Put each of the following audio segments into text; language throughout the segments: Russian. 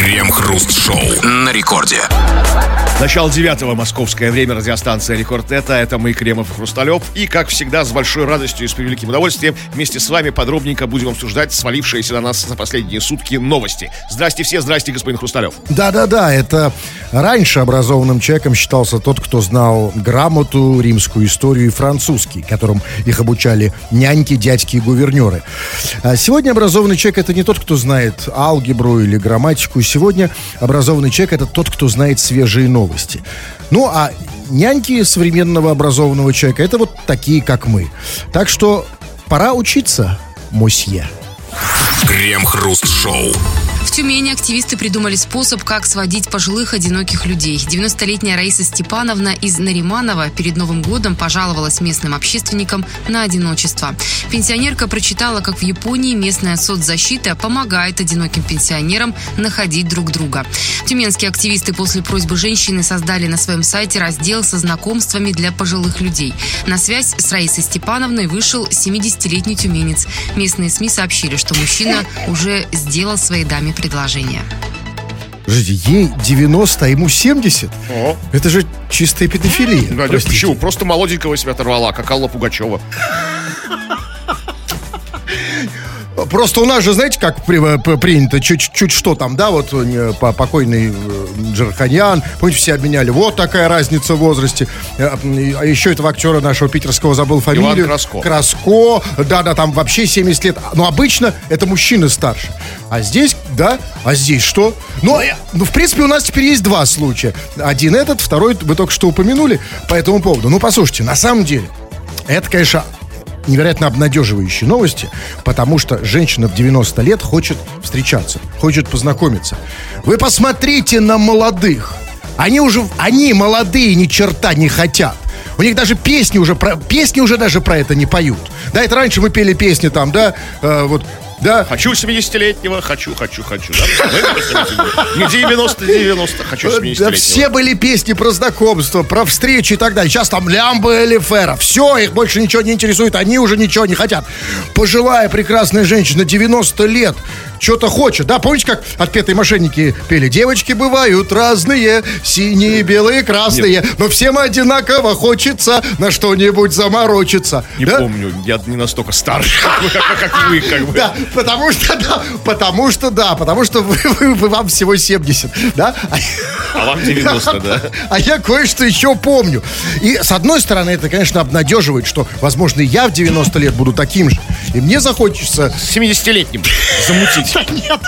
Крем-хруст-шоу на рекорде. Начало 9-го, московское время, радиостанция «Рекорд». Это мы, Кремов и Хрусталев. И, как всегда, с большой радостью и с превеликим удовольствием вместе с вами подробненько будем обсуждать свалившиеся на нас за последние сутки новости. Здрасте все, здрасте, господин Хрусталев. Да-да-да, это раньше образованным человеком считался тот, кто знал грамоту, римскую историю и французский, которым их обучали няньки, дядьки и гувернеры. А сегодня образованный человек — это не тот, кто знает алгебру или грамматику. Сегодня образованный человек — это тот, кто знает свежие новости. Ну, а няньки современного образованного человека — это вот такие, как мы. Так что пора учиться, мосье. Крем-хруст-шоу. В Тюмени активисты придумали способ, как сводить пожилых одиноких людей. 90-летняя Раиса Степановна из Нариманова перед Новым годом пожаловалась местным общественникам на одиночество. Пенсионерка прочитала, как в Японии местная соцзащита помогает одиноким пенсионерам находить друг друга. Тюменские активисты после просьбы женщины создали на своем сайте раздел со знакомствами для пожилых людей. На связь с Раисой Степановной вышел 70-летний тюменец. Местные СМИ сообщили, что мужчина уже сделал своей даме предложение. Подождите, ей 90, а ему 70? О. Это же чистая педофилия. Да, почему? Просто молоденького себя оторвала, как Алла Пугачева. Просто у нас же, знаете, как принято, чуть что там, да, вот покойный Джарханьян, помните, все обменяли, вот такая разница в возрасте. А еще этого актера нашего питерского забыл фамилию. Иван Краско. Краско, да, там вообще 70 лет. Но обычно это мужчины старше. А здесь, да, а здесь что? Ну, в принципе, у нас теперь есть два случая. Один этот, второй вы только что упомянули по этому поводу. Ну, послушайте, на самом деле, это, конечно, невероятно обнадеживающие новости, потому что женщина в 90 лет хочет встречаться, хочет познакомиться. Вы посмотрите на молодых. Они молодые, ни черта не хотят. У них даже песни уже даже про это не поют. Да, это раньше мы пели песни там, да, вот. Да. Хочу 70-летнего, хочу, да? Не 90, хочу 70-летнего. Да, все были песни про знакомство, про встречи и так далее. Сейчас там Лямбо или Фера. Все, их больше ничего не интересует, они уже ничего не хотят. Пожилая прекрасная женщина, 90 лет, что-то хочет. Да, помните, как отпетые мошенники пели? Девочки бывают разные, синие, белые, красные. Нет. Но всем одинаково хочется на что-нибудь заморочиться. Не помню, я не настолько старше, как вы, как бы. Да, потому что вам всего 70, да? А вам 90, да? А я кое-что еще помню. И с одной стороны, это, конечно, обнадеживает, что, возможно, я в 90 лет буду таким же. И мне захочется 70-летним замутить. Нет.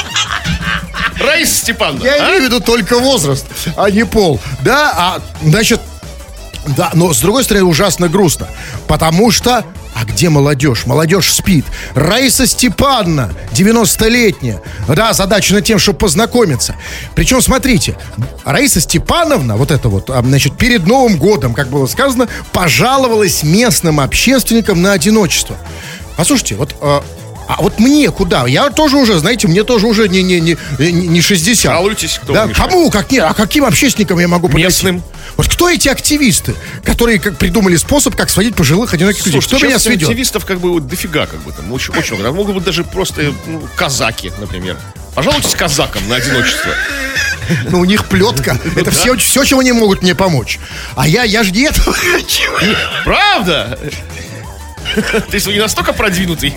Раиса Степановна, я имею в виду только возраст, а не пол. Да, значит, да, но с другой стороны, ужасно грустно. Потому что, а где молодежь? Молодежь спит. Раиса Степановна, 90-летняя, да, озадачена тем, чтобы познакомиться. Причем, смотрите, Раиса Степановна, вот это вот, значит, перед Новым годом, как было сказано, пожаловалась местным общественникам на одиночество. Послушайте, вот мне куда? Я тоже уже, знаете, мне тоже уже не 60. Жалуйтесь, кто да, мешает. Кому? А каким общественникам я могу подойти? Местным. Вот кто эти активисты, которые придумали способ, как сводить пожилых одиноких людей? Кто меня сведет? Активистов как бы вот дофига, как бы там, очень много. Могут быть даже просто казаки, например. Пожалуйтесь казакам на одиночество. Ну, у них плетка. Это все, чем они могут мне помочь. А я же не этого хочу. Правда? То есть вы не настолько продвинутый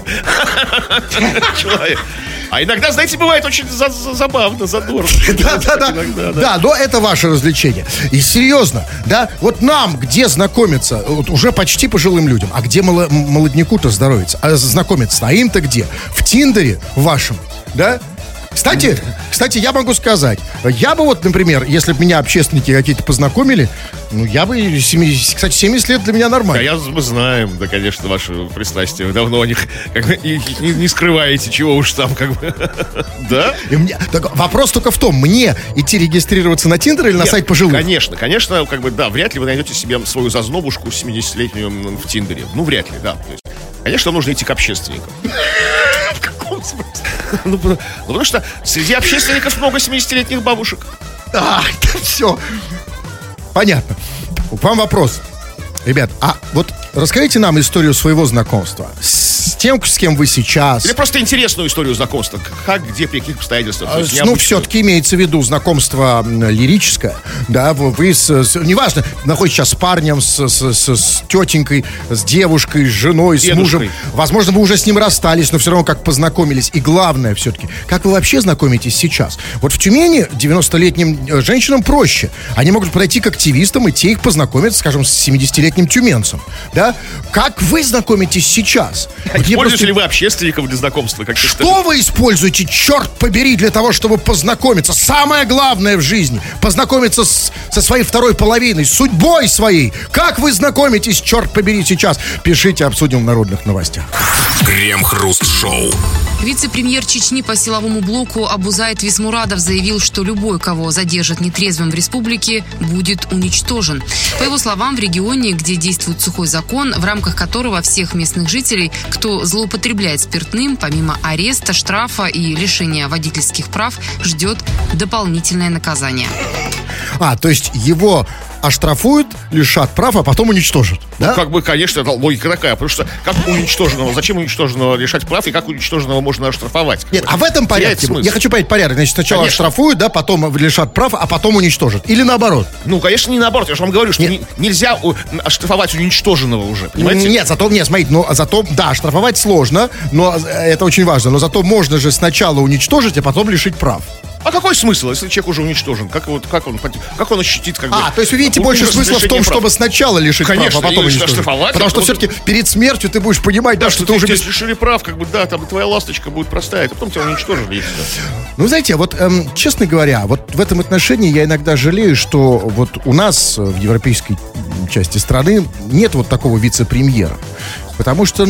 человек. А иногда, знаете, бывает очень забавно, задорно. Да, но это ваше развлечение. И серьезно, да, вот нам где знакомиться, вот уже почти пожилым людям, а где молодняку-то знакомиться? А им-то где? В Тиндере вашем, да? Кстати, я могу сказать, я бы вот, например, если бы меня общественники какие-то познакомили, ну, я бы, кстати, 70 лет для меня нормально. Мы знаем, да, конечно, ваше пристрастие. Вы давно о них как бы, не скрываете, чего уж там, как бы. Да? Так, вопрос только в том, мне идти регистрироваться на Тиндер или на сайт пожилых? Конечно, как бы, да, вряд ли вы найдете себе свою зазнобушку 70-летнюю в Тиндере. Ну, вряд ли, да. То есть, конечно, нужно идти к общественникам. В каком смысле? Ну, потому что среди общественников много 70-летних бабушек. Да, это все. Понятно. К вам вопрос. Ребят, а вот расскажите нам историю своего знакомства с тем, с кем вы сейчас. Или просто интересную историю знакомства. Как, где, при каких обстоятельствах. Ну, все-таки имеется в виду знакомство лирическое. Да, вы неважно, находитесь сейчас с парнем, с тетенькой, с девушкой, с женой, с мужем. Возможно, вы уже с ним расстались, но все равно как познакомились. И главное все-таки, как вы вообще знакомитесь сейчас? Вот в Тюмени 90-летним женщинам проще. Они могут подойти к активистам, и те их познакомят, скажем, с 70-летним тюменцем. Да? Как вы знакомитесь сейчас? Используете ли вы общественников для знакомства? Что вы используете, черт побери, для того, чтобы познакомиться? Самое главное в жизни — познакомиться со своей второй половиной, с судьбой своей. Как вы знакомитесь, черт побери, сейчас? Пишите, обсудим в народных новостях. Крем-хруст-шоу. Вице-премьер Чечни по силовому блоку Абузайт Висмурадов заявил, что любой, кого задержат нетрезвым в республике, будет уничтожен. По его словам, в регионе, где действует сухой закон, в рамках которого всех местных жителей, кто злоупотребляет спиртным, помимо ареста, штрафа и лишения водительских прав, ждет дополнительное наказание. То есть его оштрафуют, лишат прав, а потом уничтожат. Да? Ну, конечно, это логика такая. Потому что как уничтоженного, зачем уничтоженного лишать прав, и как уничтоженного можно оштрафовать? Нет, в этом порядке. Я хочу понять порядок. Значит, сначала оштрафуют, да, потом лишат прав, а потом уничтожат. Или наоборот? Ну, конечно, не наоборот. Я же вам говорю, что нельзя оштрафовать уничтоженного уже. Понимаете? Смотрите, да, оштрафовать сложно, но это очень важно. Но зато можно же сначала уничтожить, а потом лишить прав. А какой смысл, если человек уже уничтожен? Как он ощутит, как бы... То есть вы видите больше смысла в том, чтобы сначала лишить прав, а потом уничтожить. Потому что все-таки перед смертью ты будешь понимать, да, что ты уже... Если лишили прав, как бы, да, там твоя ласточка будет простая, а потом тебя уничтожили. Ну, знаете, вот, честно говоря, вот в этом отношении я иногда жалею, что вот у нас в европейской части страны нет вот такого вице-премьера. Потому что,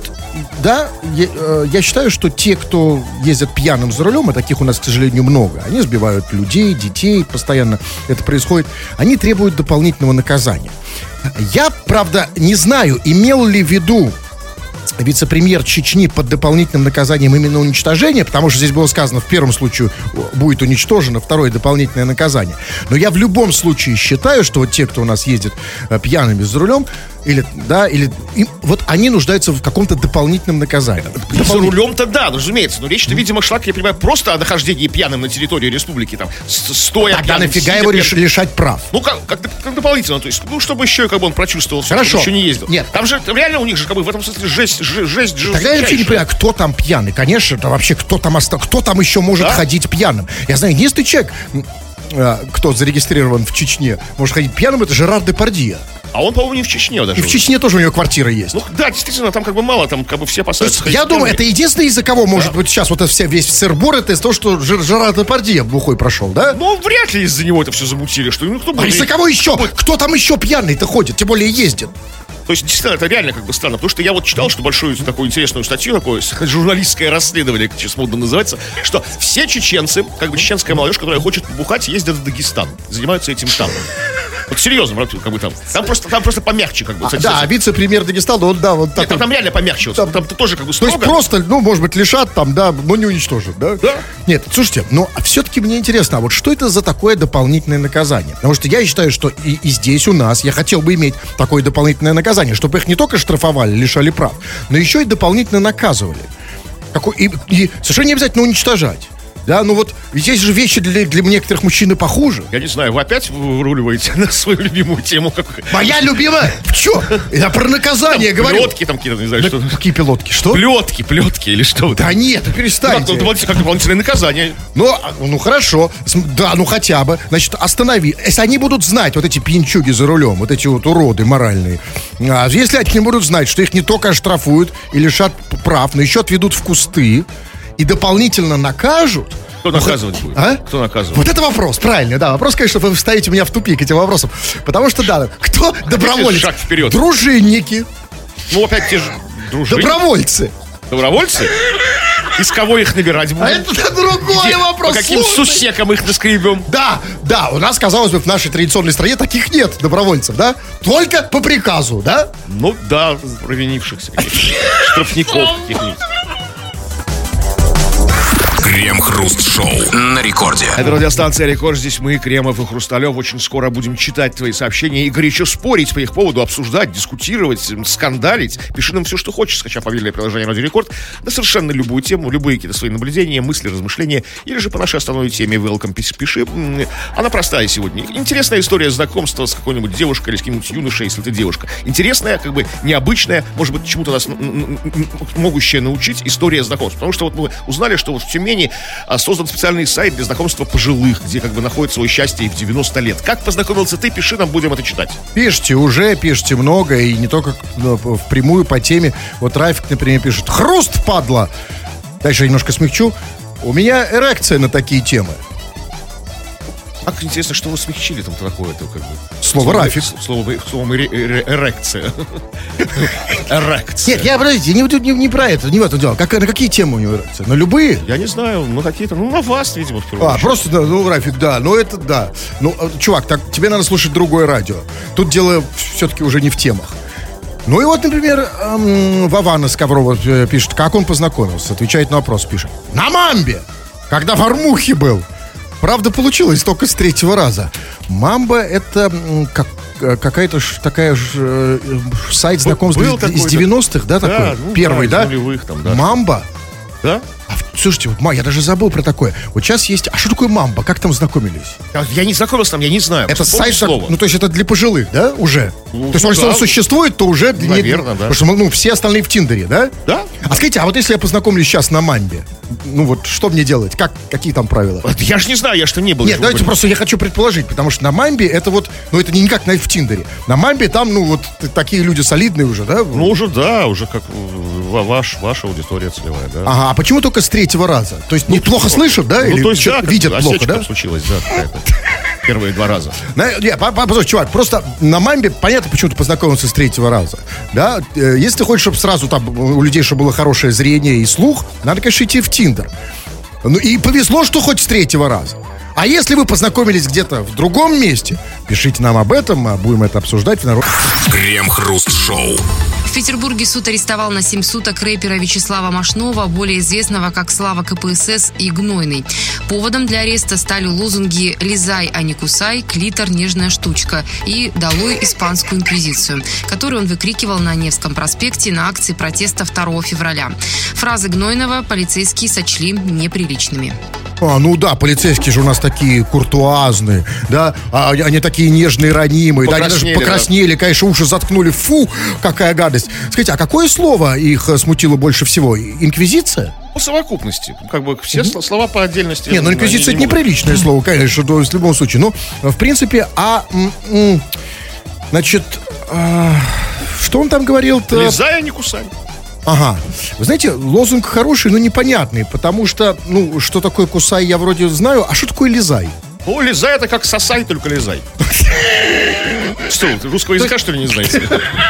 я считаю, что те, кто ездят пьяным за рулем, а таких у нас, к сожалению, много, они сбивают людей, детей, постоянно это происходит, они требуют дополнительного наказания. Я, правда, не знаю, имел ли в виду вице-премьер Чечни под дополнительным наказанием именно уничтожение, потому что здесь было сказано, в первом случае будет уничтожено, второе — дополнительное наказание. Но я в любом случае считаю, что вот те, кто у нас ездит пьяными за рулем, вот они нуждаются в каком-то дополнительном наказании. За рулем-то да, разумеется. Но речь-то, видимо, шла, я понимаю, просто о нахождении пьяным на территории республики, там, стоя тогда пьяным. Нафига его лишать прав? Ну, как дополнительно, то есть, чтобы еще, как бы, он прочувствовал, что еще не ездил. Нет. Там же, реально, у них же, как бы, в этом смысле жесть. Тогда я вообще не понимаю, кто там пьяный. Конечно, это вообще кто там еще может ходить пьяным. Я знаю, единственный человек, кто зарегистрирован в Чечне, может ходить пьяным, это Жерар Депардье. А он, по-моему, не в Чечне даже. И в Чечне тоже у него квартира есть. Ну, да, действительно, там как бы мало, там как бы все опасаются. Я думаю, это единственное, из-за кого, может быть, сейчас вот это весь сыр-бор, это из-за того, что Жерар Депардье бухой прошел, да? Ну, вряд ли из-за него это все замутили. Что, из-за кого еще? Кто там еще пьяный-то ходит, тем более ездит? То есть, действительно, это реально как бы странно. Потому что я вот читал, что большую такую интересную статью, такое журналистское расследование, как сейчас модно называется, что все чеченцы, как бы чеченская молодежь, которая хочет бухать, ездят в Дагестан. Занимаются этим там. Вот серьезно, как бы там. Там просто помягче, как бы. Да, вице-премьер Дагестана, вот такой. Нет, там реально помягче. Там тоже как бы строго. То есть просто, может быть, лишат там, да, но не уничтожат, да? Да. Нет, слушайте, но все-таки мне интересно, а вот что это за такое дополнительное наказание? Потому что я считаю, что и здесь у нас я хотел бы иметь такое дополнительное наказание, чтобы их не только штрафовали, лишали прав, но еще и дополнительно наказывали. И совершенно не обязательно уничтожать. Да, ну вот, есть же вещи для некоторых мужчин и похуже. Я не знаю, вы опять выруливаете на свою любимую тему? Моя любимая? В чё? Я про наказание говорю. Плетки там какие-то, не знаю, что. Какие пилотки? Что? Плетки или что? Да нет, перестаньте. Как дополнительное наказание. Ну хорошо. Да, ну хотя бы. Значит, останови. Если они будут знать, вот эти пьянчуги за рулем, вот эти вот уроды моральные, если они будут знать, что их не только оштрафуют и лишат прав, но еще отведут в кусты и дополнительно накажут. Кто наказывать будет? Кто наказывает? Вот это вопрос, правильно, да. Вопрос, конечно, вы ставите меня в тупик этим вопросом. Потому что, да, кто добровольцы? Шаг вперед. Дружинники. Ну, опять те же дружинники. Добровольцы. Добровольцы? Из кого их набирать будем? А это другой вопрос. По каким сусекам их наскребем? Да, у нас, казалось бы, в нашей традиционной стране таких нет добровольцев, да? Только по приказу, да? Ну, да, провинившихся каких-то. Штрафников каких-нибудь. Крем-хруст-шоу на рекорде. Это радиостанция «Рекорд». Здесь мы, Кремов и Хрусталев. Очень скоро будем читать твои сообщения и горячо спорить по их поводу, обсуждать, дискутировать, скандалить. Пиши нам все, что хочешь, скачав мобильное приложение «Радио Рекорд» на совершенно любую тему, любые какие-то свои наблюдения, мысли, размышления, или же по нашей основной теме «Welcome», пиши. Она простая сегодня. Интересная история знакомства с какой-нибудь девушкой или с каким-нибудь юношей, если ты девушка. Интересная, как бы необычная, может быть, чему-то нас могущая научить история знакомства. Потому что вот мы узнали, что вот в Тюмени создан специальный сайт для знакомства пожилых, где как бы находит свое счастье и в 90 лет. Как познакомился ты? Пиши, нам будем это читать. Пишите много, и не только впрямую по теме. Вот Рафик, например, пишет: «Хруст, падла!» Дальше я немножко смягчу. У меня эрекция на такие темы. Как интересно, что вы смягчили там такое-то, как бы. Слово Рафик. Словом эрекция. Эрекция. Нет, я, подождите, не про это, не в этом дело. На какие темы у него эрекция? На любые? Я не знаю, ну какие-то, ну на вас, видимо, в первую очередь. Просто, ну, Рафик, да, ну это да. Ну, чувак, так тебе надо слушать другое радио. Тут дело все-таки уже не в темах. Ну и вот, например, Вован из Коврова пишет, как он познакомился. Отвечает на вопрос, пишет: «На Мамбе, когда в Армухе был. Правда, получилось только с 3-го раза». Мамба — это какая-то такая сайт знакомств из 90-х, да, такой? Ну, первый, да? Нулевых, там, да. Мамба? Да? Слушайте, вот, я даже забыл про такое. Вот сейчас есть... А что такое Мамба? Как там знакомились? Я не знакомился там, я не знаю. Это сайт... Слово. Ну, то есть это для пожилых, да, уже? Ну, то есть, если он существует, то уже... Наверное, да. Потому что, ну, все остальные в Тиндере, да? Да. А скажите, а вот если я познакомлюсь сейчас на Мамбе, ну вот что мне делать? Какие там правила? Я же не знаю, я же там не был. Нет, давайте просто я хочу предположить, потому что на Мамбе это вот... Ну, это не как в Тиндере. На Мамбе там, ну, вот такие люди солидные уже, да? Ну, уже, да, уже как ваша аудитория целевая, да. Ага, а почему только с 3-го раза? То есть плохо слышат, да? Или то есть, да, видят плохо, да? Случилось, да, какая-то. Первые 2 раза. Послушай, чувак, просто на Мамбе понятно, почему ты познакомился с 3-го раза. Да? Если ты хочешь, чтобы сразу там у людей, чтобы было хорошее зрение и слух, надо, конечно, идти в Тиндер. Ну и повезло, что хоть с 3-го раза. А если вы познакомились где-то в другом месте, пишите нам об этом, мы будем это обсуждать в народ. Крем-хруст-шоу. В Петербурге суд арестовал на 7 суток рэпера Вячеслава Машнова, более известного как Слава КПСС и Гнойный. Поводом для ареста стали лозунги «Лизай, а не кусай», «Клитор, нежная штучка» и «Долой испанскую инквизицию», которые он выкрикивал на Невском проспекте на акции протеста 2 февраля. Фразы Гнойного полицейские сочли неприличными. Ну да, полицейские же у нас такие куртуазные, да, они такие нежные, ранимые, да, они даже покраснели, да. Конечно, уши заткнули, фу, какая гадость. Скажите, а какое слово их смутило больше всего? Инквизиция? По совокупности, как бы все слова по отдельности. Не, ну инквизиция это неприличное слово, конечно, в любом случае. Ну, в принципе, значит, что он там говорил-то? Лизай, а не кусай. Ага. Вы знаете, лозунг хороший, но непонятный, потому что, ну, что такое кусай, я вроде знаю, а что такое лизай? Ну, лизай это как сосай, только лизай. Что, русского языка, что ли, не знаете?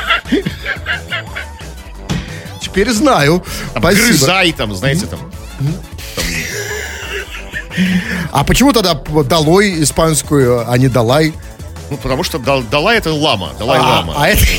Теперь знаю. Грызай там, знаете, там. А почему тогда долой испанскую, а не далай? Ну, потому что далай это лама, далай-лама. А это...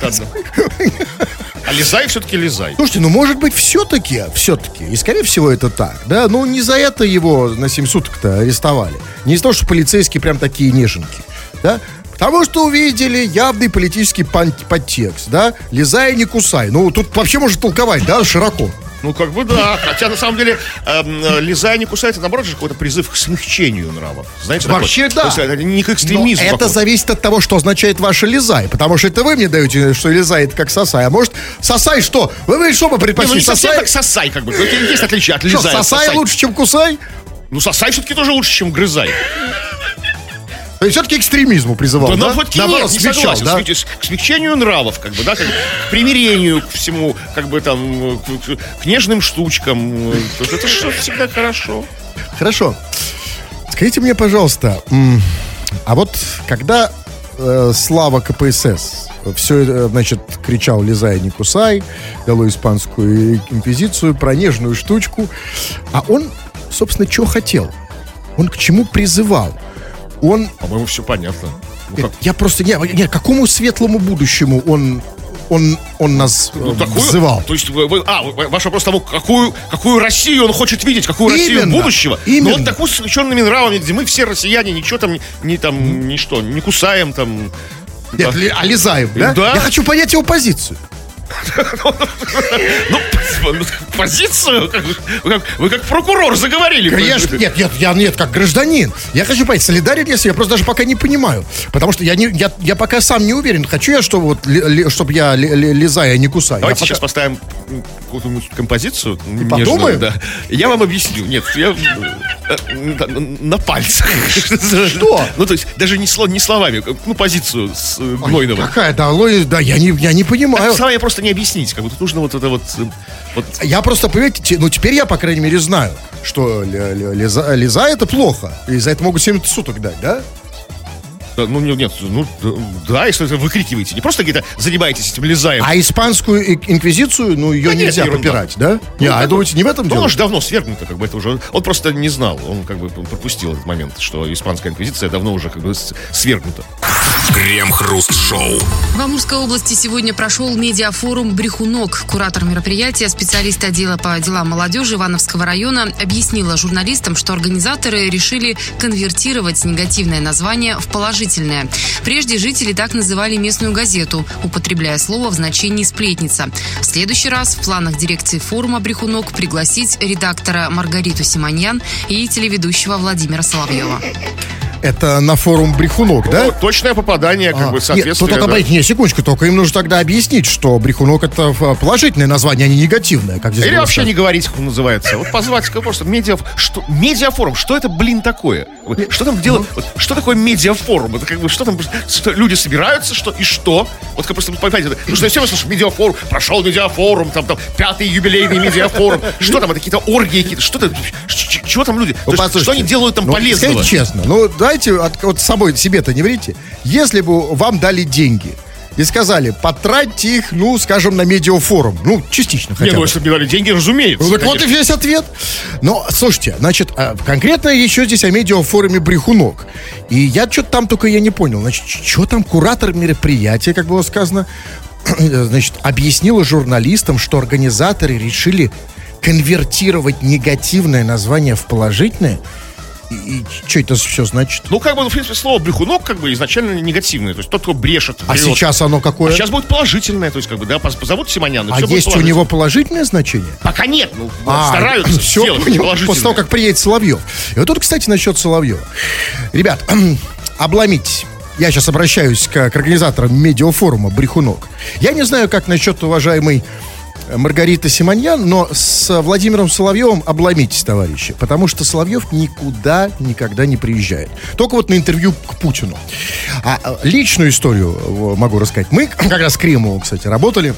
А лизай все-таки лизай. Слушайте, ну может быть все-таки, и скорее всего это так, да, ну не за это его на 7 суток-то арестовали. Не из-за того, что полицейские прям такие неженки, да, потому что увидели явный политический подтекст, да, лизай, не кусай. Ну тут вообще можно толковать, да, широко. Ну, как бы да. Хотя, на самом деле, лизай, не кусай, это, наоборот, же какой-то призыв к смягчению нравов. Знаете, вообще такой? Да. То есть, это не к экстремизму. Но это зависит от того, что означает ваше лизай. Потому что это вы мне даете, что лизай это как сосай. А может, сосай что? Вы что бы предпочли? Не, не совсем так сосай, как бы. Есть отличие от лизай. Что, сосай лучше, чем кусай? Ну, сосай все-таки тоже лучше, чем грызай. То есть все-таки экстремизму призывал, да? Ну, вот нет, не согласен. Да? К смягчению нравов, как бы, да, как к примирению к всему, как бы там, к нежным штучкам. Это же всегда хорошо. Хорошо. Скажите мне, пожалуйста, а вот когда Слава КПСС все, значит, кричал «Лизай, не кусай», «Долой испанскую инквизицию», про нежную штучку, а он, собственно, что хотел? Он к чему призывал? Он... По-моему, все понятно. Я просто... Нет, какому светлому будущему он он нас взывал. То есть, ваш вопрос тому, какую Россию он хочет видеть, какую Россию будущего. Именно. Но он такой с увлеченными нравами, где мы все россияне ничего там, не кусаем там. Нет, а лизаем, да? Да. Я хочу понять его позицию. Ну, позицию? Вы как прокурор заговорили. Конечно, нет, как гражданин. Я хочу понять, солидарен я с ним, я просто даже пока не понимаю. Потому что я пока сам не уверен, хочу я, чтобы я лизаю, а не кусаю. Давайте сейчас поставим какую-нибудь композицию. Подумаем? Да. Я вам объясню. Нет, я на пальцах. Что? Ну, то есть, даже не словами, позицию Гнойного. Какая, да, я не понимаю. Словами просто не объяснить, как бы тут нужно вот это вот. Я просто, понимаете, я, по крайней мере, знаю, что лиза это плохо. И за это могут 70 суток дать, да? Да, если вы выкрикиваете. Не просто где-то занимаетесь этим лизаем. А испанскую инквизицию, ее нельзя попирать, да? Думаете, не в этом дело? Она же давно свергнута, как бы это уже. Он просто не знал, он как бы пропустил этот момент, что испанская инквизиция давно уже как бы свергнута. Крем-хруст-шоу. В Амурской области сегодня прошел медиафорум «Брехунок». Куратор мероприятия, специалист отдела по делам молодежи Ивановского района, объяснила журналистам, что организаторы решили конвертировать негативное название в положительное. Прежде жители так называли местную газету, употребляя слово в значении «сплетница». В следующий раз в планах дирекции форума «Брехунок» пригласить редактора Маргариту Симоньян и телеведущего Владимира Соловьева. Это на форум «Брехунок», да? Точное попадание, как бы, соответствие. Нет, только, секундочку, только им нужно тогда объяснить, что «Брехунок» — это положительное название, а не негативное, как здесь. Или вообще не говорить, как он называется. Вот позвать просто медиафорум. Что это, такое? Что там делать? Что такое медиафорум? Это как бы, что там, люди собираются, и что? Вот как просто, понимаете, что я все слышу, медиафорум, прошел медиафорум, там 5-й юбилейный медиафорум. Что там, это какие-то оргии, чего там люди? Что они делают там полезного? Скажите честно, давайте вот себе-то не врите. Если бы вам дали деньги и сказали, потратьте их, скажем, на медиафорум. Частично хотя бы. Если бы мне дали деньги, разумеется. Так вот и весь ответ. Но, слушайте, конкретно еще здесь о медиафоруме «Брехунок». И я что-то там только я не понял. Что там куратор мероприятия, как было сказано, объяснила журналистам, что организаторы решили конвертировать негативное название в положительное. И что это все значит? В принципе, слово «брехунок» изначально негативное. То есть тот, кто брешет. А сейчас оно какое? А сейчас будет положительное. То есть, позовут Симоняна. А есть у него положительное значение? Пока нет. Стараются сделать положительное. После того, как приедет Соловьев. И вот тут, кстати, насчет Соловьева. Ребят, обломитесь. Я сейчас обращаюсь к организаторам медиафорума «Брехунок». Я не знаю, как насчет уважаемой Маргарита Симоньян, но с Владимиром Соловьевым обломитесь, товарищи, потому что Соловьев никогда не приезжает. Только вот на интервью к Путину. А личную историю могу рассказать. Мы как раз с Кремовым, кстати, работали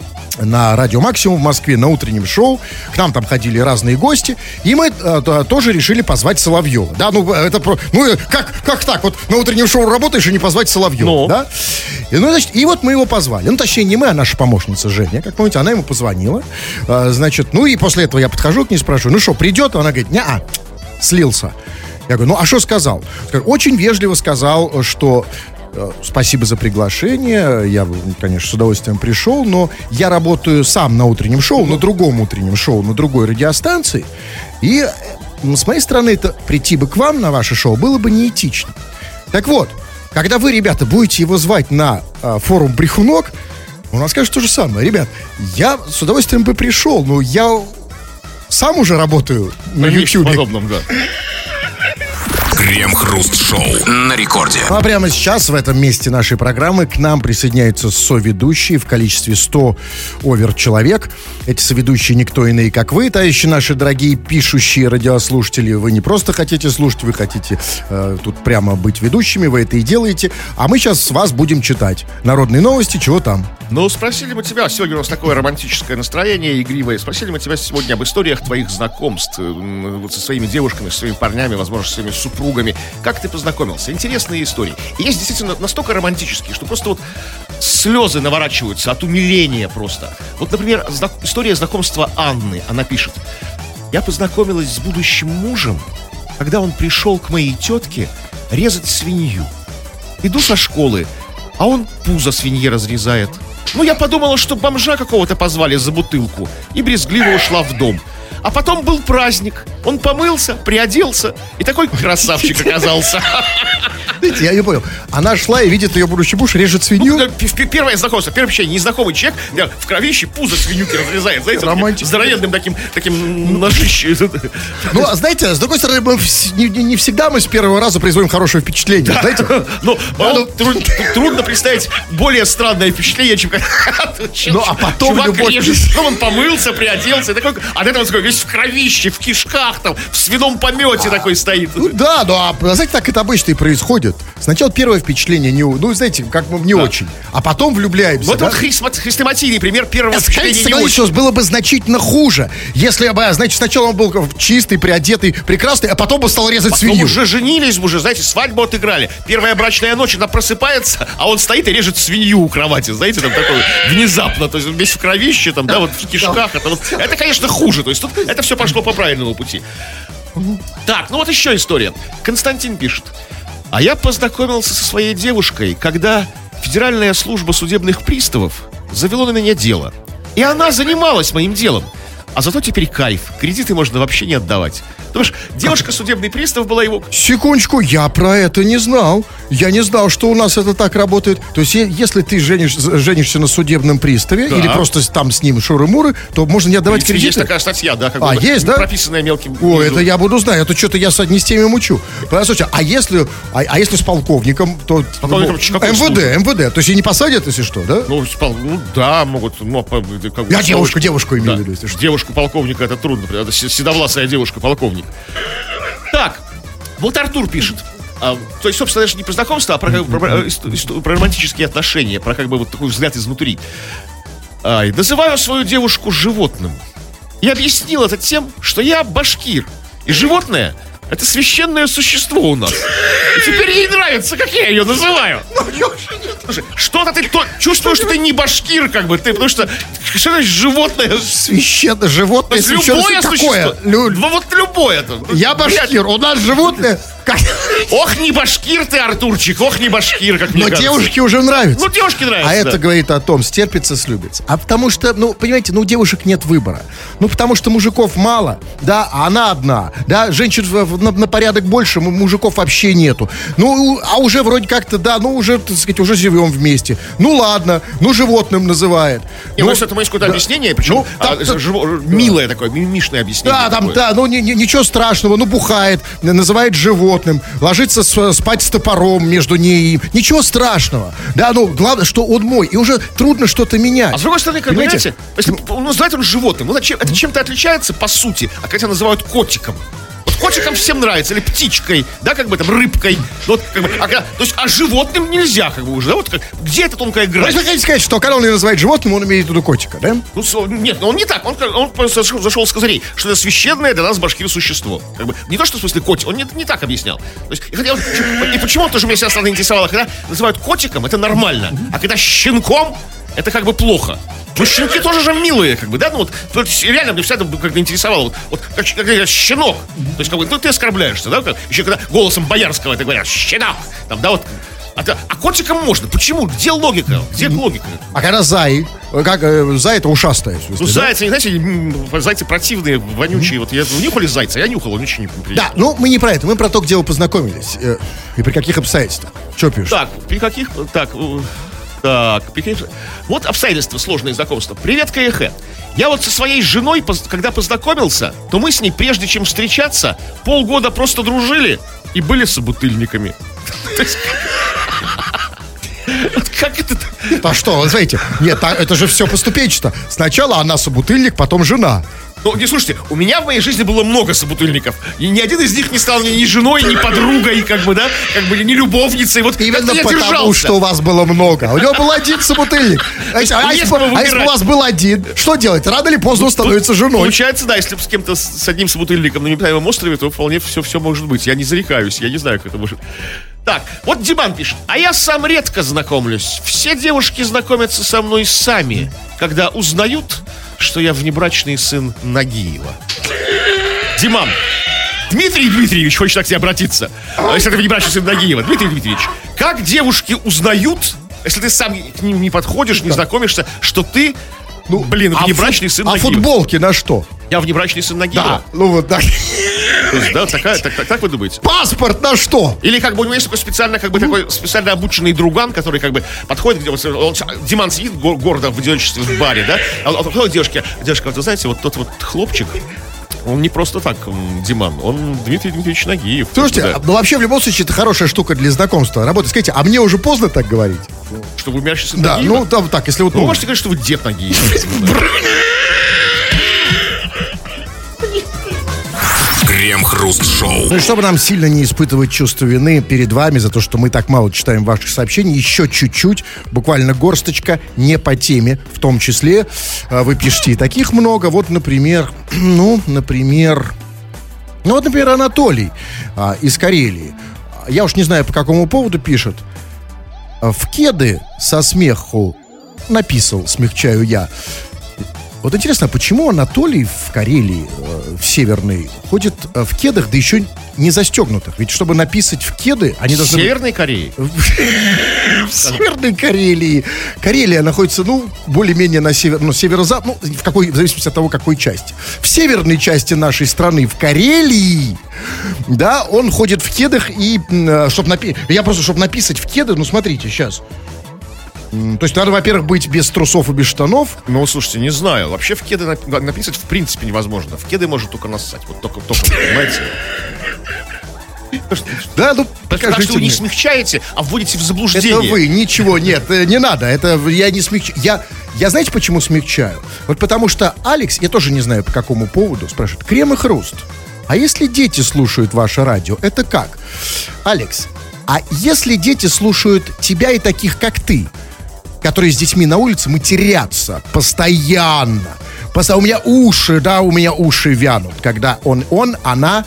на Радио Максимум в Москве на утреннем шоу. К нам там ходили разные гости. И мы тоже решили позвать Соловьева. Да, как так? Вот на утреннем шоу работаешь и не позвать Соловьева, да? И вот мы его позвали. Точнее, не мы, а наша помощница Женя. Как помните, она ему позвонила. И после этого я подхожу к ней, спрашиваю, что, придет? Она говорит, слился. Я говорю, а что сказал? Очень вежливо сказал, что спасибо за приглашение. Я бы, конечно, с удовольствием пришел, но я работаю сам на утреннем шоу, на другом утреннем шоу, на другой радиостанции. И с моей стороны, это прийти бы к вам на ваше шоу было бы неэтично. Так вот, когда вы, ребята, будете его звать на форум «Брехунок», он скажет то же самое. Ребят, я с удовольствием бы пришел, но я сам уже работаю на YouTube. Подобном, да. Крем-хруст-шоу на рекорде. А прямо сейчас в этом месте нашей программы к нам присоединяются соведущие в количестве 100 человек. Эти соведущие никто иные, как вы, товарищи наши дорогие пишущие радиослушатели. Вы не просто хотите слушать, вы хотите тут прямо быть ведущими, вы это и делаете. А мы сейчас с вас будем читать народные новости, чего там. Спросили мы тебя, сегодня у нас такое романтическое настроение, игривое. Спросили мы тебя сегодня об историях твоих знакомств со своими девушками, со своими парнями, возможно, со своими супругами. Как ты познакомился? Интересные истории. И есть действительно настолько романтические, что просто слезы наворачиваются от умиления просто. Например, история знакомства Анны. Она пишет: я познакомилась с будущим мужем, когда он пришел к моей тетке резать свинью. Иду со школы, а он пузо свинье разрезает. Ну, я подумала, что бомжа какого-то позвали за бутылку, и брезгливо ушла в дом. А потом был праздник. Он помылся, приоделся, и такой красавчик оказался. Знаете, я не понял. Она шла и видит, ее будущий муж режет свинью. Первое знакомство, первое общение, незнакомый человек в кровище пузо свинюки разрезает, знаете, романтично. здоровенным таким ножищем. Ну, знаете, с другой стороны, не всегда мы с первого раза производим хорошее впечатление, знаете? Ну, трудно представить более странное впечатление, чем Ну, а потом чувак любовь... режет, потом он помылся, приоделся, и такой, а это вот такой весь в кровище, в кишках, там, в свином помете такой стоит. Ну да, ну а знаете, так это обычно и происходит. Сначала первое впечатление ну, знаете, как не очень. А потом влюбляемся. Вот да? хрестоматийный пример первого впечатления не очень. Согласись, было бы значительно хуже, если бы, значит, сначала он был чистый, приодетый, прекрасный, а потом бы стал резать Потом свинью. уже женились, уже, знаете, свадьбу отыграли. Первая брачная ночь, она просыпается, а он стоит и режет свинью у кровати, знаете, там такой внезапно, то есть весь в кровище, там, да, вот в кишках. Это, конечно, хуже, то есть тут это все пошло по правильному пути. Так, ну вот еще история. Константин пишет. А я познакомился со своей девушкой, когда Федеральная служба судебных приставов завела на меня дело. И она занималась моим делом. А зато теперь кайф. Кредиты можно вообще не отдавать. Потому что девушка судебный пристав была его... Секундочку, я про это не знал. Я не знал, что у нас это так работает. То есть, если ты женишься на судебном приставе, да, или просто там с ним шуры-муры, то можно не отдавать кредиты. Есть такая статья, да, как есть, да? Прописанная мелким... О, это я буду знать. Это что-то я не с теми мучу. Слушайте, а если с полковником, то... МВД. То есть, и не посадят, если что, да? Ну, да, могут... Я девушку имею в виду, если что. Девушку полковника это трудно. Это седовласая девушка полковник. Так, вот Артур пишет. То есть, собственно, даже не про знакомство, а про романтические отношения, про как бы вот такой взгляд изнутри. Называю свою девушку животным. И объяснил это тем, что я башкир. И животное — это священное существо у нас. И теперь ей нравится, как я ее называю. Слушай, что-то ты чувствуешь, что ты не башкир, как бы, потому что значит животное? Священное животное, любое существо. Вот любое. Я башкир, у нас животное. Ох, не башкир ты, Артурчик, ох, не башкир, как мне кажется. Но девушке уже нравится. Ну, девушке нравится. А это говорит о том, стерпится, слюбится. А потому что, понимаете, у девушек нет выбора. Потому что мужиков мало, да, а она одна. Да, женщин на порядок больше, мужиков вообще нету. А уже вроде как-то, да, уже, так сказать, уже живем вместе. Ладно, животным называет. Это есть какое-то объяснение, причем милое такое, мимишное объяснение. Да, там, да, ничего страшного, бухает, называет животным, ложится спать с топором между ней и им. Ничего страшного. Да, главное, что он мой. И уже трудно что-то менять. А с другой стороны, как понимаете, если называет он животным, это чем-то отличается по сути, а когда называют котиком. Вот котикам всем нравится, или птичкой, да, как бы там, рыбкой. То есть, животным нельзя, как бы уже, да, вот где эта тонкая грань? Вы хотите сказать, что когда он ее называет животным, он имеет в виду котика, да? Нет, он не так, он зашел с козырей, что это священное для нас башкир существо. Как бы, не то, что в смысле котик, он не так объяснял. То есть, и почему тоже меня всегда интересовало, когда называют котиком, это нормально, а когда щенком, это как бы плохо. Но щенки тоже же милые, как бы, да? Реально мне всегда как-то интересовало. Вот как щенок. То есть, как бы, ты оскорбляешься, да? Еще когда голосом боярского это говорят, щенок. Там, да, вот. А котикам можно. Почему? Где логика? Где логика? А когда зай? Зай это ушастая. Зайцы, знаете, зайцы противные, вонючие. Вот я нюхали зайца, я нюхал, он ничего не приятно. Да, мы не про это, мы про то, где вы познакомились. И при каких обстоятельствах. Что пишешь? Так, при каких... Так, вот обстоятельства, сложные знакомства. Привет, КХ. Я вот со своей женой, когда познакомился, то мы с ней, прежде чем встречаться, полгода просто дружили и были собутыльниками. Как это? А что, вы знаете, нет, это же все поступенчато. Сначала она собутыльник, потом жена. Не слушайте, у меня в моей жизни было много собутыльников. И ни один из них не стал ни женой, ни подругой, как бы, да, как бы ни любовницей. Вот именно потому, что у вас было много. У него был один собутыльник. А если у вас был один, что делать? Рано или поздно он становится женой. Получается, да, если с кем-то, с одним собутыльником на необитаемом острове, то вполне все может быть. Я не зарекаюсь, я не знаю, как это может. Так, вот Диман пишет. А я сам редко знакомлюсь. Все девушки знакомятся со мной сами, когда узнают, что я внебрачный сын Нагиева. Диман, Дмитрий Дмитриевич хочет к тебе обратиться. Если это внебрачный сын Нагиева. Дмитрий Дмитриевич, как девушки узнают, если ты сам к ним не подходишь, не знакомишься, что ты, внебрачный сын Нагиева. А футболки на что? Я внебрачный сын Нагиева. Да, вот так. То есть, да, так вы думаете? Паспорт на что? Или как бы у него есть такой специально обученный друган, который как бы подходит, Диман сидит гордо в одиночестве в баре, да? А подходит девушка, вот вы знаете, вот тот вот хлопчик, он не просто так Диман, он Дмитрий Дмитриевич Нагиев. Слушайте, вообще в любом случае это хорошая штука для знакомства. Работает. Скажите, а мне уже поздно так говорить? Что вы умерщий сын Да, Нагиева? там так, если вот... Вы можете сказать, что вы дед Нагиев. Крем-хруст-шоу. Ну и чтобы нам сильно не испытывать чувство вины перед вами за то, что мы так мало читаем ваших сообщений, еще чуть-чуть, буквально горсточка, не по теме, в том числе вы пишете и таких много. Вот, например, Анатолий из Карелии. Я уж не знаю, по какому поводу пишет. В кеды со смеху написал, смягчаю я. Вот интересно, почему Анатолий в Карелии, в Северной, ходит в кедах, да еще не застегнутых? Ведь чтобы написать в кеды, они должны... В Северной Корее? В Северной Карелии. Карелия находится, более-менее на северо-запад, в зависимости от того, какой части. В северной части нашей страны, в Карелии, да, он ходит в кедах и, чтобы написать в кеды, смотрите, сейчас... То есть надо, во-первых, быть без трусов и без штанов. Ну, слушайте, не знаю. Вообще в кеды написать в принципе невозможно. В кеды можно только нассать. Вот только понимаете? Да, покажите мне. Что вы не смягчаете, а вводите в заблуждение. Это вы, ничего, нет, не надо. Это я не смягчаю. Я знаете, почему смягчаю? Вот потому что Алекс, я тоже не знаю по какому поводу, спрашивает, крем и хруст. А если дети слушают ваше радио, это как? Алекс, а если дети слушают тебя и таких, как ты, которые с детьми на улице матерятся постоянно. У меня уши вянут, когда она,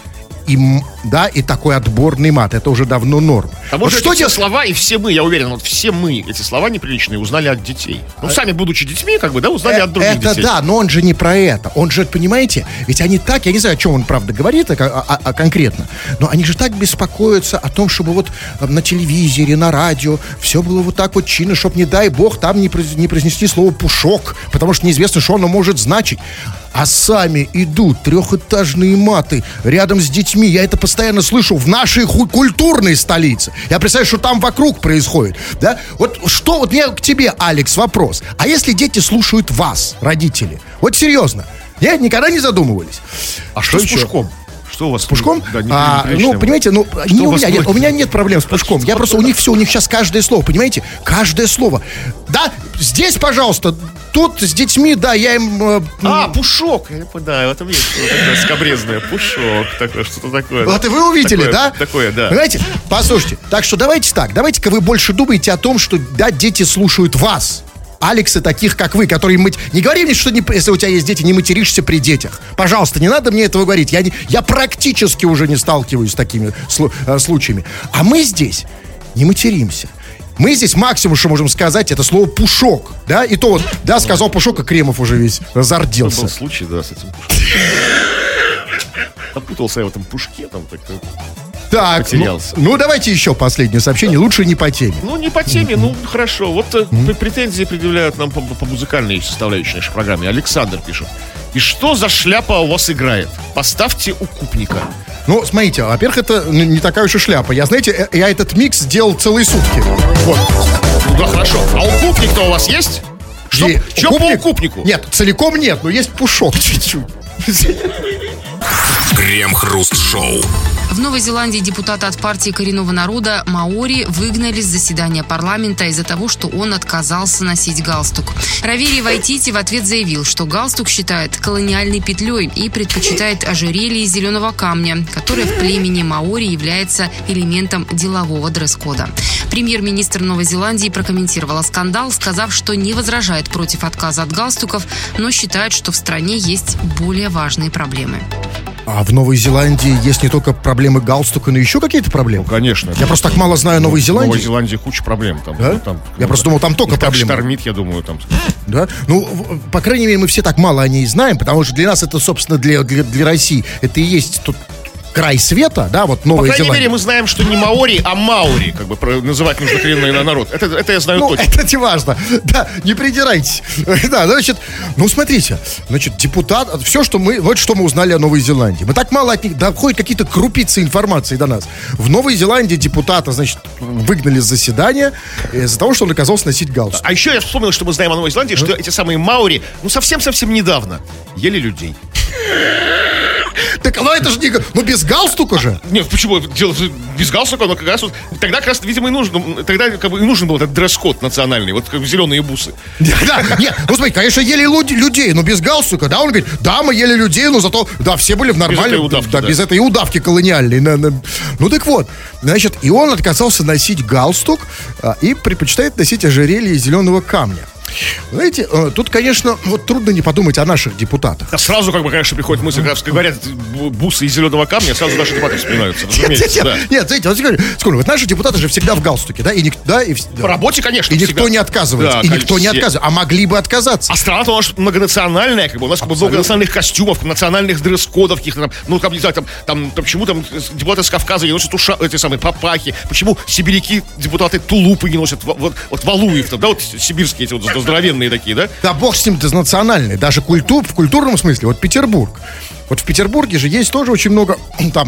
и такой отборный мат. Это уже давно норма. А может, что все слова, и все мы, я уверен, все мы эти слова неприличные узнали от детей. Сами, будучи детьми, узнали от других детей. Это да, но он же не про это. Он же, понимаете, ведь они так, я не знаю, о чем он, правда, говорит конкретно, но они же так беспокоятся о том, чтобы вот на телевизоре, на радио все было вот так вот чинно, чтобы, не дай бог, там не произнесли слово «пушок», потому что неизвестно, что оно может значить. А сами идут трехэтажные маты рядом с детьми. Я это постоянно слышу в нашей культурной столице. Я представляю, что там вокруг происходит. Да? Вот мне к тебе, Алекс, вопрос. А если дети слушают вас, родители? Вот серьезно. Никогда не задумывались. А что с Пушком? Что у вас с Пушком? Да, понимаете, у меня нет проблем с Пушком. У них сейчас каждое слово, понимаете? Каждое слово. Да, здесь, пожалуйста, тут с детьми, да, я им... Пушок. Да, в этом есть такое скабрезное. Пушок, такое, что-то такое. Вот и вы увидели, такое, да? Такое, да. Понимаете? Послушайте, так что давайте так. Давайте-ка вы больше думаете о том, что, да, дети слушают вас. Алексы таких, как вы, которые... Не говори мне, что если у тебя есть дети, не материшься при детях. Пожалуйста, не надо мне этого говорить. Я практически уже не сталкиваюсь с такими случаями. А мы здесь не материмся. Мы здесь максимум, что можем сказать, это слово «пушок». Да, и то вот, да, сказал Пушок, и Кремов уже весь разорделся. Был случай, да, с этим Пушком. Запутался я в этом Пушке, там так... Так, давайте еще последнее сообщение. Лучше не по теме. Не по теме, хорошо. Вот претензии предъявляют нам по музыкальной составляющей нашей программе. Александр пишет. И что за шляпа у вас играет? Поставьте укупника. Смотрите, во-первых, это не такая уж и шляпа. Я этот микс делал целые сутки. Вот. Да, хорошо. А укупник-то у вас есть? Что по укупнику? Нет, целиком нет, но есть Пушок чуть-чуть. Крем-хруст-шоу. В Новой Зеландии депутата от партии коренного народа маори выгнали с заседания парламента из-за того, что он отказался носить галстук. Равери Вайтити в ответ заявил, что галстук считает колониальной петлей и предпочитает ожерелье из зеленого камня, которое в племени маори является элементом делового дресс-кода. Премьер-министр Новой Зеландии прокомментировала скандал, сказав, что не возражает против отказа от галстуков, но считает, что в стране есть более важные проблемы. А в Новой Зеландии есть не только проблемы галстука, но еще какие-то проблемы? Конечно. Я просто так мало знаю Новой Зеландии. В Новой Зеландии куча проблем. Да? Я просто думал, там только проблемы. Штормит, я думаю, там. Да? По крайней мере, мы все так мало о ней знаем, потому что для нас это, собственно, для России, это и есть край света, да, вот По Новая крайней Зеландия. мере, мы знаем, что не маори, а маури, как бы называть нужно коренной народ. Это я знаю точно. Это не важно. Да, не придирайтесь. Да, значит, смотрите, значит, депутат, все, что мы узнали о Новой Зеландии. Мы так мало от них, доходят какие-то крупицы информации до нас. В Новой Зеландии депутата, значит, выгнали с заседания из-за того, что он отказался носить галстук. А еще я вспомнил, что мы знаем о Новой Зеландии, что эти самые маори, совсем-совсем недавно ели людей. Так, это же не... без галстука же. Нет, почему? Дело без галстука, но как раз тогда, как раз, видимо, и нужен был этот дресс-код национальный, вот как зеленые бусы. Да, нет, смотри, конечно, ели людей, но без галстука, да, он говорит, да, мы ели людей, но зато, да, все были в нормальном... Без этой удавки колониальной. Ну, так вот, значит, и он отказался носить галстук и предпочитает носить ожерелье из зеленого камня. Знаете, тут, конечно, трудно не подумать о наших депутатах. А сразу, конечно, приходит мысль, когда говорят бусы из зеленого камня, сразу наши депутаты вспоминаются. Нет, знаете, вот наши депутаты же всегда в галстуке, да? По работе, конечно. И никто не отказывается. А могли бы отказаться. А страна-то у нас многонациональная, у нас много национальных костюмов, национальных дресс-кодов каких-то там, почему там депутаты с Кавказа не носят эти самые папахи, почему сибиряки, депутаты тулупы не носят, вот Валуев, да, вот сибирские эти здоровенные такие, да? Да бог с ним, это национальный. Даже в культурном смысле. Вот Петербург. Вот в Петербурге же есть тоже очень много, там,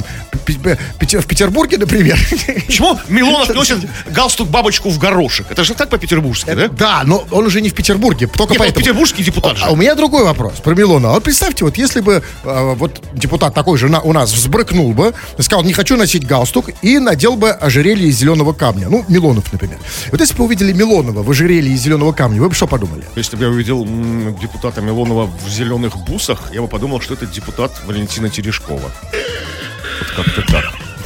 в Петербурге, например. Почему Милонов носит галстук-бабочку в горошек? Это же так по-петербургски, да? Да, но он уже не в Петербурге, только поэтому. Петербургский депутат же. А у меня другой вопрос про Милонова. Вот представьте, вот если бы вот депутат такой же у нас взбрыкнул бы, сказал, не хочу носить галстук, и надел бы ожерелье из зеленого камня. Ну, Милонов, например. Вот если бы вы увидели Милонова в ожерелье из зеленого камня, вы бы что подумали? Если бы я увидел депутата Милонова в зеленых бусах, я бы подумал, что это депутат Валентина Терешкова. Вот как-то так.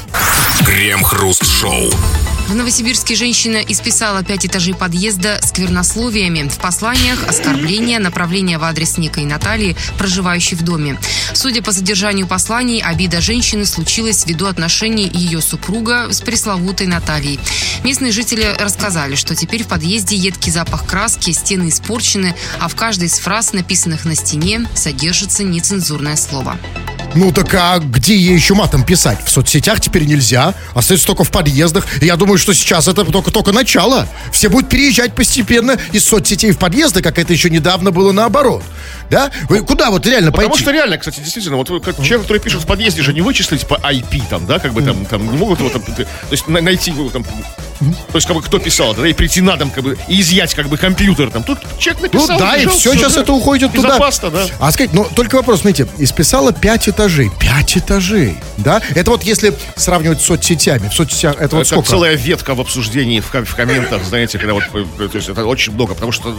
Крем-хруст-шоу. В Новосибирске женщина исписала 5 этажей подъезда сквернословиями. В посланиях оскорбления, направления в адрес некой Натальи, проживающей в доме. Судя по содержанию посланий, обида женщины случилась ввиду отношений ее супруга с пресловутой Натальей. Местные жители рассказали, что теперь в подъезде едкий запах краски, стены испорчены, а в каждой из фраз, написанных на стене, содержится нецензурное слово. Ну так а где ей еще матом писать? В соцсетях теперь нельзя, остается только в подъездах. И я думаю, что сейчас это только начало. Все будут переезжать постепенно из соцсетей в подъезды, как это еще недавно было наоборот. Да? Вы куда вот реально пойти? Потому что реально, кстати, действительно, вот как человек, который пишет в подъезде, же не вычислить по IP там, да, как бы там не могут его там, то есть найти его там, то есть как бы кто писал, да, и прийти на дом, как бы, и изъять как бы компьютер там. Тут человек написал. Ну да, и все, сейчас это уходит туда. Безопасно, да. А сказать, ну только вопрос, смотрите, исписала 5 этажей. 5 этажей, да? Это вот если сравнивать с соцсетями. В соцсетях это вот сколько? Целая ветка в обсуждении, в комментах, знаете, когда вот, то есть это очень много, потому что,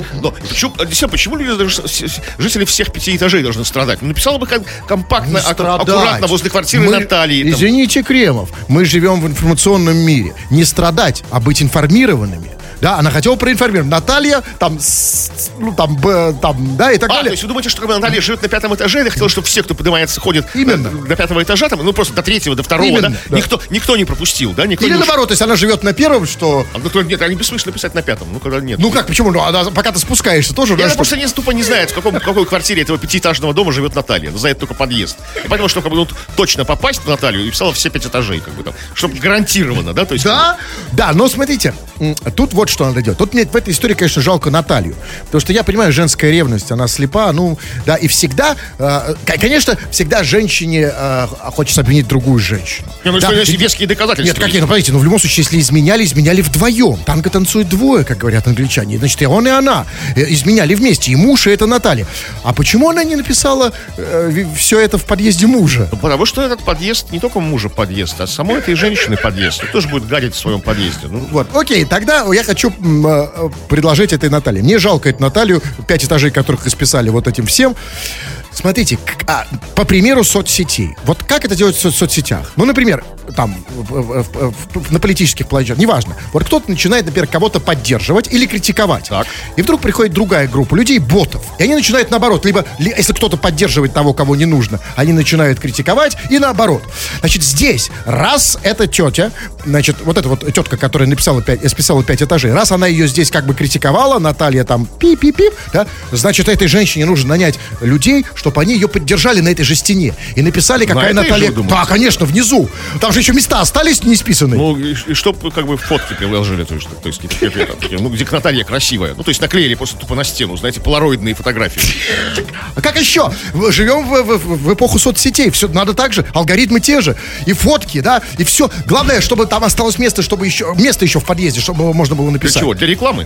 почему люди, жители всех 5 этажей должны страдать? Ну, написала бы компактно, аккуратно возле квартиры Натальи. Извините, Кремов, мы живем в информационном мире. Не страдать, а быть информированными. Да, она хотела проинформировать. Наталья, да, и так далее. То есть вы думаете, что когда Наталья живет на 5 этаже, я хотел, чтобы все, кто поднимается, ходит до 5 этажа, там, ну просто до 3-го, до 2-го, да? Никто не пропустил, да? Или наоборот, то есть она живет на 1-м, что... Нет, они бессмысленно писать на 5-м, ну когда нет. Ну как, почему? Ну, пока ты спускаешься тоже... Я просто тупо не знает, в какой квартире этого 5-этажного дома живет Наталья. Знает только подъезд. И поэтому, чтобы точно попасть на Наталью, и писала все 5 этажей, как бы там, чтобы гарантированно, да? То есть, да, но смотрите, тут вот что надо делать. Тут мне в этой истории, конечно, жалко Наталью. Потому что я понимаю, женская ревность, она слепа, и всегда, конечно, всегда женщине хочется обвинить другую женщину. Есть веские доказательства. Нет, подождите, в любом случае, если изменяли вдвоем. Танго танцуют двое, как говорят англичане. Значит, и он, и она изменяли вместе. И муж, и это Наталья. А почему она не написала все это в подъезде мужа? Потому что этот подъезд не только мужа подъезд, а самой этой женщины подъезд. Тоже будет гадить в своем подъезде. Вот, окей, тогда я хочу предложить этой Наталье. Мне жалко эту Наталью, 5 этажей которых исписали вот этим всем. Смотрите, по примеру соцсетей. Вот как это делать в соцсетях? Ну, например, там, на политических площадках, неважно. Вот кто-то начинает, например, кого-то поддерживать или критиковать. Так. И вдруг приходит другая группа людей, ботов. И они начинают наоборот. Либо, если кто-то поддерживает того, кого не нужно, они начинают критиковать, и наоборот. Значит, здесь, раз эта тетя, значит, вот эта вот тетка, которая списала 5 этажей, раз она ее здесь как бы критиковала, Наталья там пип-пип-пип, да, значит, этой женщине нужно нанять людей, чтобы они ее поддержали на этой же стене. И написали, какая Наталья... Да, конечно, внизу. Там же еще места остались не исписанные. Ну, и чтоб как бы фотки приложили, то есть где Наталья красивая. Ну, то есть наклеили просто тупо на стену, знаете, полароидные фотографии. А как еще? Живем в эпоху соцсетей. Все надо так же. Алгоритмы те же. И фотки, да, и все. Главное, чтобы там осталось место, чтобы место еще в подъезде, чтобы можно было написать. Для чего? Для рекламы?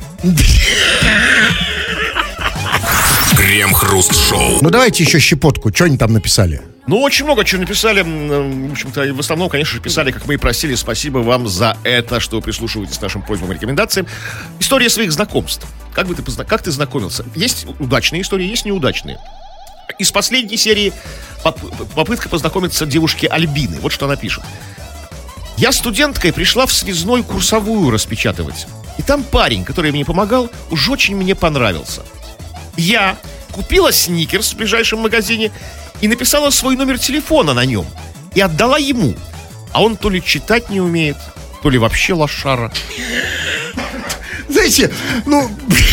Крем-хруст-шоу. Ну, давайте еще щепотку. Что они там написали? Ну, очень много чего написали. В общем-то, в основном, конечно же, писали, как мы и просили. Спасибо вам за это, что вы прислушиваетесь к нашим просьбам и рекомендациям. История своих знакомств. Как ты знакомился? Есть удачные истории, есть неудачные. Из последней серии попытка познакомиться девушке Альбины. Вот что она пишет. Я студенткой пришла в связной курсовую распечатывать. И там парень, который мне помогал, уж очень мне понравился. Я купила сникерс в ближайшем магазине и написала свой номер телефона на нем. И отдала ему. А он то ли читать не умеет, то ли вообще лошара. Знаете, ну...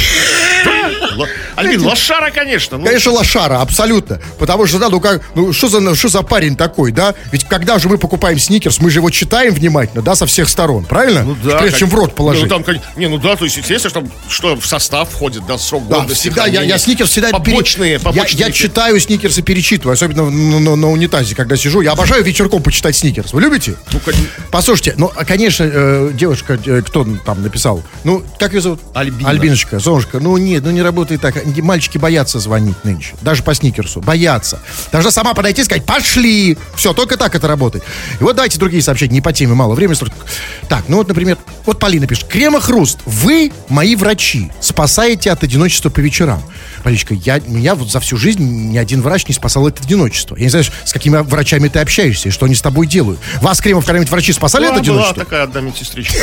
Альбин, лошара, конечно. Конечно, лошара, абсолютно. Потому что, да, что за парень такой, да? Ведь когда же мы покупаем сникерс, мы же его читаем внимательно, да, со всех сторон, правильно? Ну да. Прежде чем в рот положить. То есть интересно, что в состав входит, да, срок годности. Всегда, я сникерс всегда... Побочные. Я читаю сникерс и перечитываю, особенно на унитазе, когда сижу. Я обожаю вечерком почитать сникерс. Вы любите? Ну, конечно. Послушайте, конечно, девушка, кто там написал? Ну, как ее зовут? Альбиночка, Зонушка. Ну, нет, не работает так. Мальчики боятся звонить нынче. Даже по сникерсу. Боятся. Должна сама подойти и сказать: пошли. Все, только так это работает. И вот давайте другие сообщения. Не по теме, мало времени. Так, ну вот, например, вот Полина пишет. Крем-хруст. Вы мои врачи. Спасаете от одиночества по вечерам. Поличка, меня вот за всю жизнь ни один врач не спасал от одиночества. Я не знаю, с какими врачами ты общаешься и что они с тобой делают. Вас, Кремов, когда-нибудь врачи спасали от одиночества? Была такая одна медсестричка.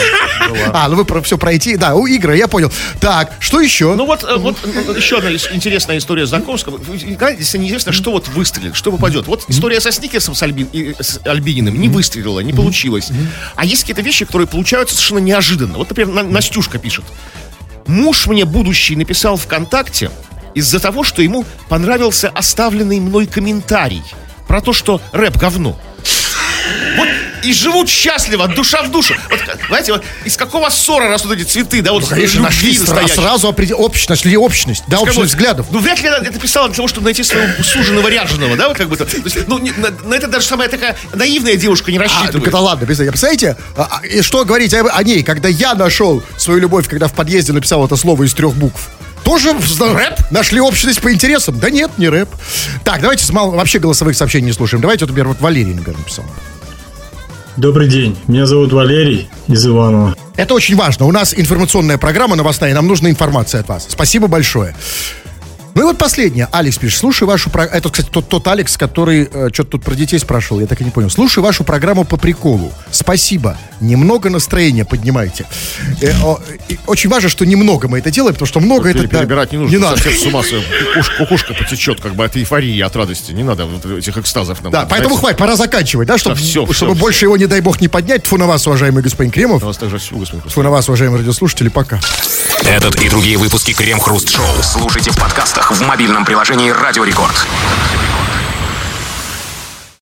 Ну вы все пройти. Да, у Игоря, я понял. Так, что еще? Ну вот еще одна интересная история знакомства. Если неизвестно, что вот выстрелит, что попадет. Вот история со сникерсом с Альбининым не выстрелила, не получилось. А есть какие-то вещи, которые получаются совершенно неожиданно. Вот, например, Настюшка пишет. Муж мне будущий написал ВКонтакте из-за того, что ему понравился оставленный мной комментарий про то, что рэп говно. Вот и живут счастливо, душа в душу. Вот, знаете, вот из какого ссора растут эти цветы, да, вот конечно, нашли сразу нашли общность, да, общность взглядов. Ну, вряд ли это писала для того, чтобы найти своего суженого ряженого, да, вот как бы то. То есть, на это даже самая такая наивная девушка не рассчитывает. Это ладно, представляете, и что говорить о ней, когда я нашел свою любовь, когда в подъезде написал это слово из 3 букв. Тоже рэп? Нашли общность по интересам? Да нет, не рэп. Так, давайте вообще голосовых сообщений не слушаем. Давайте, вот, например, вот Валерий, наверное, написал. Добрый день, меня зовут Валерий из Иваново. Это очень важно. У нас информационная программа новостная, нам нужна информация от вас. Спасибо большое. Ну и вот последнее. Алекс пишет, слушай вашу программу. Это, кстати, тот Алекс, который что-то тут про детей спрашивал, я так и не понял. Слушай вашу программу по приколу. Спасибо. Немного настроения поднимайте. Очень важно, что немного мы это делаем, потому что много это... Перебирать не нужно. Не надо. С ума кукушка потечет, как бы от эйфории, от радости. Не надо вот этих экстазов нам. Да, поэтому хватит, пора заканчивать, да, чтобы больше его, не дай бог, не поднять. Тьфу на вас, уважаемый господин Кремов. На вас также всю, господин Кремов. Тьфу на вас, уважаемые радиослушатели, пока. Этот и другие выпуски Крем-хруст шоу слушайте в подкастах в мобильном приложении Радио Рекорд.